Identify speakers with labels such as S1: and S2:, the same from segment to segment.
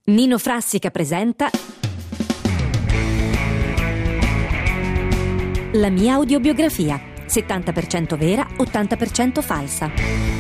S1: Nino Frassica presenta La mia audiobiografia, 70% vera, 80% falsa.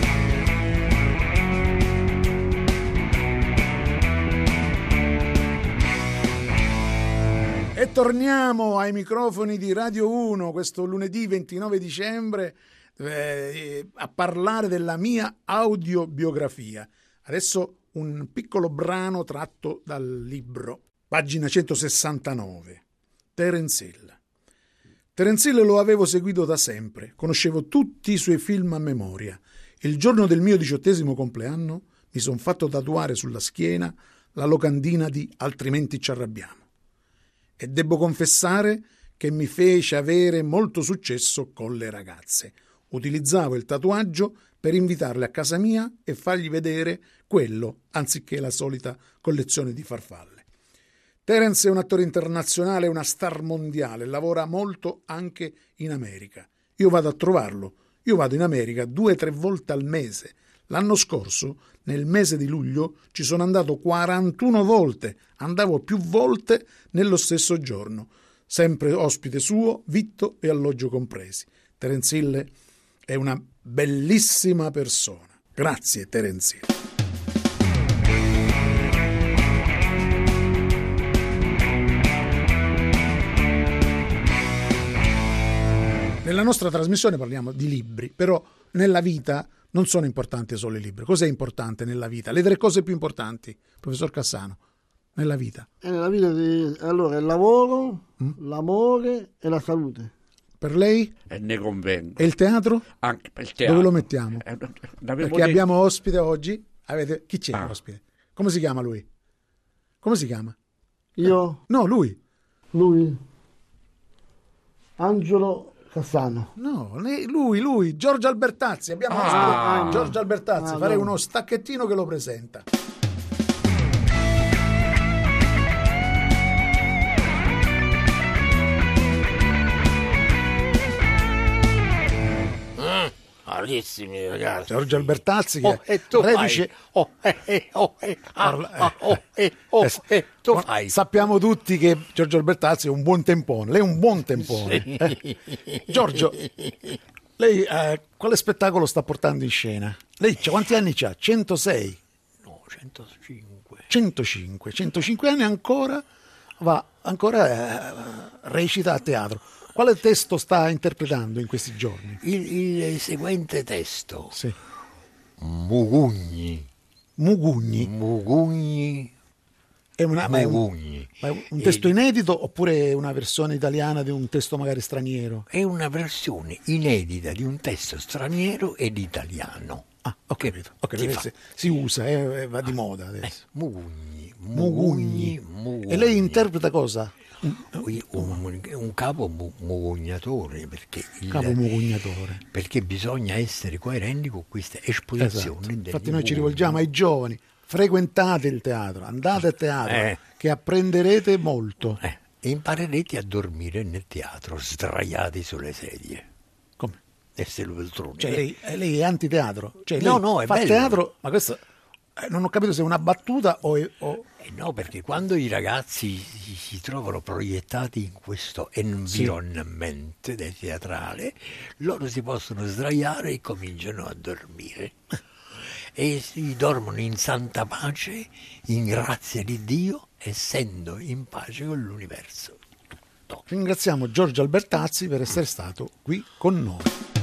S2: E torniamo ai microfoni di Radio 1 questo lunedì 29 dicembre a parlare della mia audiobiografia. Adesso un piccolo brano tratto dal libro, pagina 169. Terence Hill. Terence Hill lo avevo seguito da sempre, conoscevo tutti i suoi film a memoria. Il giorno del mio 18° compleanno mi son fatto tatuare sulla schiena la locandina di Altrimenti ci arrabbiamo. E debbo confessare che mi fece avere molto successo con le ragazze. Utilizzavo il tatuaggio per invitarle a casa mia e fargli vedere quello, anziché la solita collezione di farfalle. Terence è un attore internazionale, una star mondiale, lavora molto anche in America. Io vado a trovarlo, io vado in America 2-3 volte al mese. L'anno scorso, nel mese di luglio, ci sono andato 41 volte, andavo più volte nello stesso giorno. Sempre ospite suo, vitto e alloggio compresi. Terence Hill è una bellissima persona. Grazie, Terence Hill. Nella nostra trasmissione parliamo di libri, però nella vita non sono importanti solo i libri. Cos'è importante nella vita? Le 3 cose più importanti, professor Cassano, nella vita.
S3: Nella vita allora il lavoro, l'amore e la salute.
S2: Per lei?
S4: E ne convengo.
S2: E il teatro?
S4: Anche per il teatro.
S2: Dove lo mettiamo? Perché abbiamo ospite oggi. Chi c'è ospite? Come si chiama lui? Come si chiama?
S3: Io?
S2: No, lui.
S3: Lui? Angelo Cassano.
S2: No, lui, Giorgio Albertazzi. Abbiamo ospite Giorgio Albertazzi. Farei uno stacchettino che lo presenta.
S4: Carissimi ragazzi.
S2: Giorgio Albertazzi che
S4: e tu
S2: reduce...
S4: tu fai.
S2: Sappiamo tutti che Giorgio Albertazzi è un buon tempone. Lei è un buon tempone.
S4: Sì.
S2: Giorgio, lei quale spettacolo sta portando in scena? Lei quanti anni ha? 106?
S4: No, 105.
S2: 105 anni ancora recita a teatro. Quale testo sta interpretando in questi giorni?
S4: Il seguente testo.
S2: Sì.
S4: Mugugni.
S2: È un testo inedito oppure una versione italiana di un testo magari straniero?
S4: È una versione inedita di un testo straniero ed italiano.
S2: Ho capito. Si usa, va di moda adesso.
S4: Mugugni.
S2: E lei interpreta cosa?
S4: Un capo mugugnatore, perché bisogna essere coerenti con queste esposizioni.
S2: Esatto. Infatti noi ci rivolgiamo ai giovani: frequentate il teatro, andate a teatro, che apprenderete molto.
S4: E imparerete a dormire nel teatro sdraiati sulle sedie.
S2: Come?
S4: Essere poltrone.
S2: Cioè lei è antiteatro? Cioè,
S4: no, è
S2: fa
S4: bello.
S2: Teatro, ma questo non ho capito se è una battuta o...
S4: No, perché quando i ragazzi si trovano proiettati in questo environment teatrale, loro si possono sdraiare e cominciano a dormire. E si dormono in santa pace, in grazia di Dio, essendo in pace con l'universo.
S2: Ringraziamo Giorgio Albertazzi per essere stato qui con noi.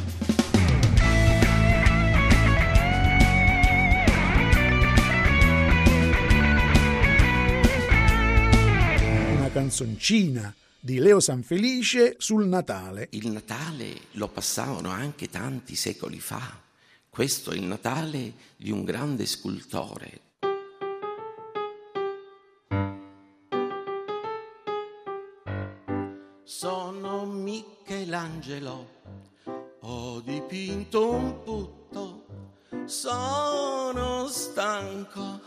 S2: Canzoncina di Leo Sanfelice sul Natale.
S5: Il Natale lo passavano anche tanti secoli fa. Questo è il Natale di un grande scultore. Sono Michelangelo, ho dipinto un putto, sono stanco,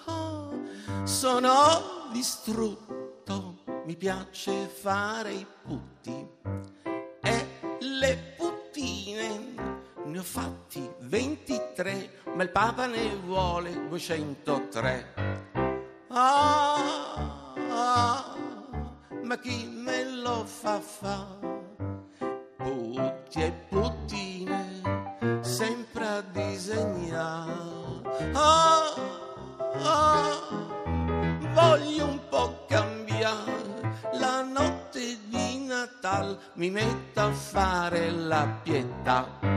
S5: sono distrutto. Mi piace fare i putti e le puttine, ne ho fatti 23, ma il Papa ne vuole 203. Ah, ma chi me lo fa putti e puttine sempre a disegnare. Voglio un po' cambiare la notte di Natale, mi metto a fare la pietà.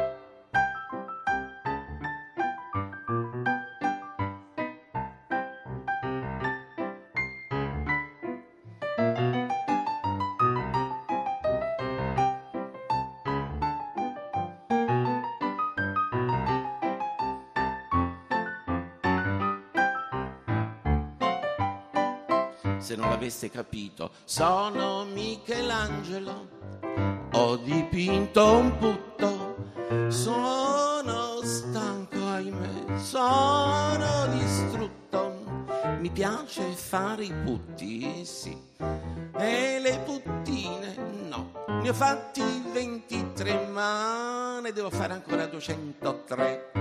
S5: Se non l'aveste capito, sono Michelangelo, ho dipinto un putto, sono stanco, ahimè, sono distrutto, mi piace fare i putti, sì, e le puttine no, ne ho fatti 23, ma ne devo fare ancora 203.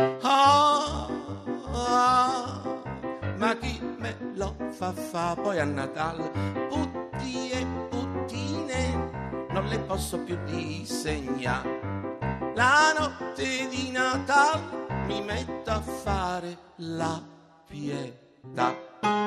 S5: Ma chi me lo fa poi a Natale, putti e puttine non le posso più disegnare. La notte di Natale mi metto a fare la pietà.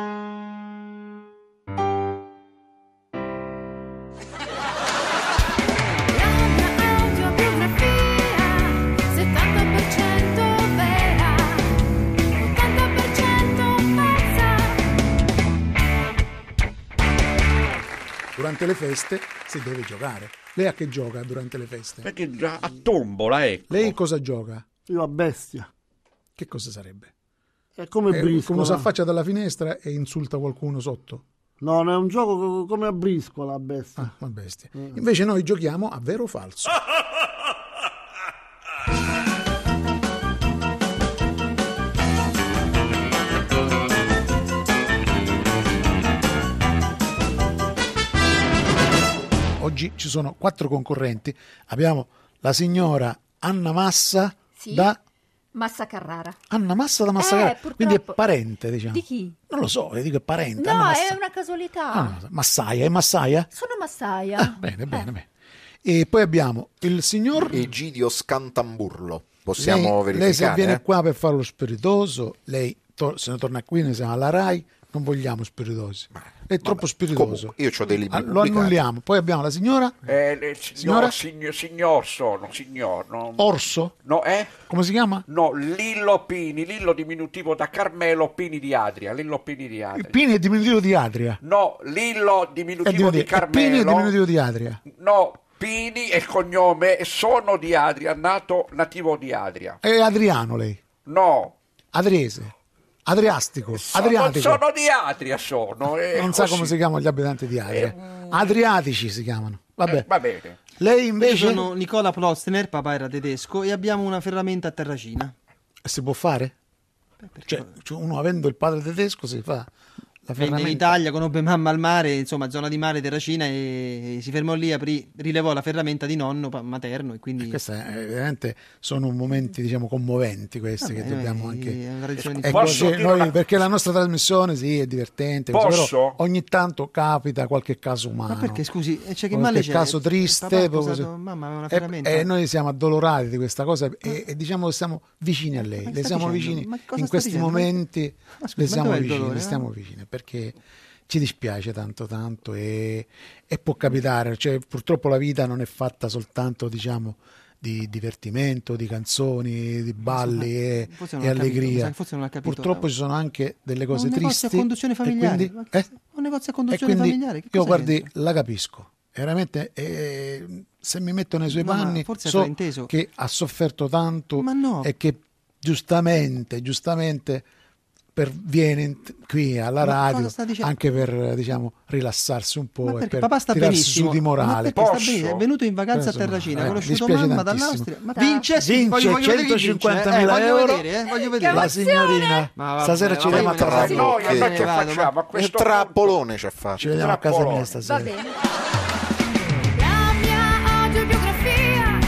S2: Durante le feste si deve giocare. Lei a che gioca durante le feste?
S6: Perché a tombola, ecco.
S2: Lei cosa gioca?
S3: Io a bestia.
S2: Che cosa sarebbe?
S3: È come briscola.
S2: Uno si affaccia dalla finestra e insulta qualcuno sotto.
S3: No, non è un gioco come a briscola, a bestia.
S2: Ah, una bestia. Invece noi giochiamo a vero o falso. Oggi ci sono 4 concorrenti. Abbiamo la signora Anna Massa da
S1: Massa Carrara.
S2: Anna Massa da Massa Carrara.
S1: Purtroppo.
S2: Quindi è parente, diciamo.
S1: Di chi?
S2: Non lo so, le dico è parente.
S1: No,
S2: Anna
S1: è una casualità.
S2: Massaia, è Massaia?
S1: Sono Massaia.
S2: Bene. E poi abbiamo il signor
S7: Egidio Scantamburlo. Possiamo verificare?
S2: Lei se viene qua per fare lo spiritoso, lei se ne torna qui, ne siamo alla RAI, non vogliamo spiritosi. È troppo spiritoso.
S7: Comunque, io ho dei libri
S2: Lo annulliamo. Poi abbiamo la signora.
S6: Signora? Signor sono, signor. No.
S2: Orso?
S6: No,
S2: Come si chiama?
S6: No, Lillo Pini, Lillo diminutivo da Carmelo, Pini di Adria, Lillo Pini di Adria.
S2: Pini è diminutivo di Adria.
S6: No, Lillo diminutivo di Carmelo.
S2: Pini è diminutivo di Adria.
S6: No, Pini è il cognome, sono di Adria, nativo di Adria.
S2: È Adriano lei?
S6: No.
S2: Adriese? Adriatico?
S6: Sono di Adria,
S2: non sa come si chiamano gli abitanti di Adria. Adriatici si chiamano. Vabbè.
S6: Va bene.
S2: Lei invece?
S8: Io sono Nicola Plostner, papà era tedesco, e abbiamo una ferramenta a terracina.
S2: Si può fare? Cioè, uno avendo il padre tedesco si fa la ferramenta.
S8: In Italia conobbe mamma al mare, insomma zona di mare Terracina, e si fermò lì, rilevò la ferramenta di nonno materno, e quindi
S2: questi veramente sono momenti, diciamo, commoventi questi.
S8: Vabbè,
S2: che dobbiamo anche
S6: noi,
S2: perché la nostra trasmissione sì è divertente, però ogni tanto capita qualche caso umano.
S8: Ma perché, scusi, c'è che
S2: male c'è? Caso triste,
S8: mamma aveva una ferramenta.
S2: E noi siamo addolorati di questa cosa e diciamo che siamo vicini a lei, le siamo vicini in questi momenti, le siamo vicini, le stiamo vicini, perché ci dispiace tanto e può capitare, cioè purtroppo la vita non è fatta soltanto, diciamo, di divertimento, di canzoni, di balli e allegria. Purtroppo ci sono anche delle cose tristi.
S8: Un negozio a conduzione familiare. Un negozio a conduzione familiare.
S2: Io guardi, la capisco. Veramente, se mi metto nei suoi panni, so che ha sofferto tanto e che giustamente viene qui alla radio anche per, diciamo, rilassarsi un po' e per tirarsi su di morale.
S8: È venuto in vacanza a Terracina, ha conosciuto mamma dall'Austria, ma vince
S2: 150.000 euro.
S8: Voglio vedere
S2: la signorina. Stasera ci vediamo a casa.
S7: Il trappolone ci fa.
S2: Ci vediamo a casa mia stasera.
S1: Va bene.
S9: La mia autobiografia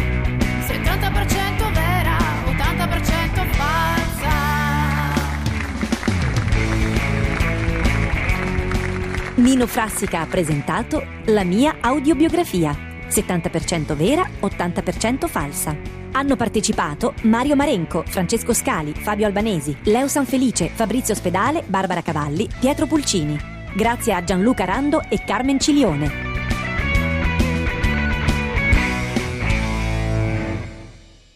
S9: 70% vera, 80% falsa.
S1: Nino Frassica ha presentato La mia audiobiografia, 70% vera, 80% falsa. Hanno partecipato Mario Marenco, Francesco Scali, Fabio Albanesi, Leo Sanfelice, Fabrizio Spedale, Barbara Cavalli, Pietro Pulcini. Grazie a Gianluca Rando e Carmen Cilione.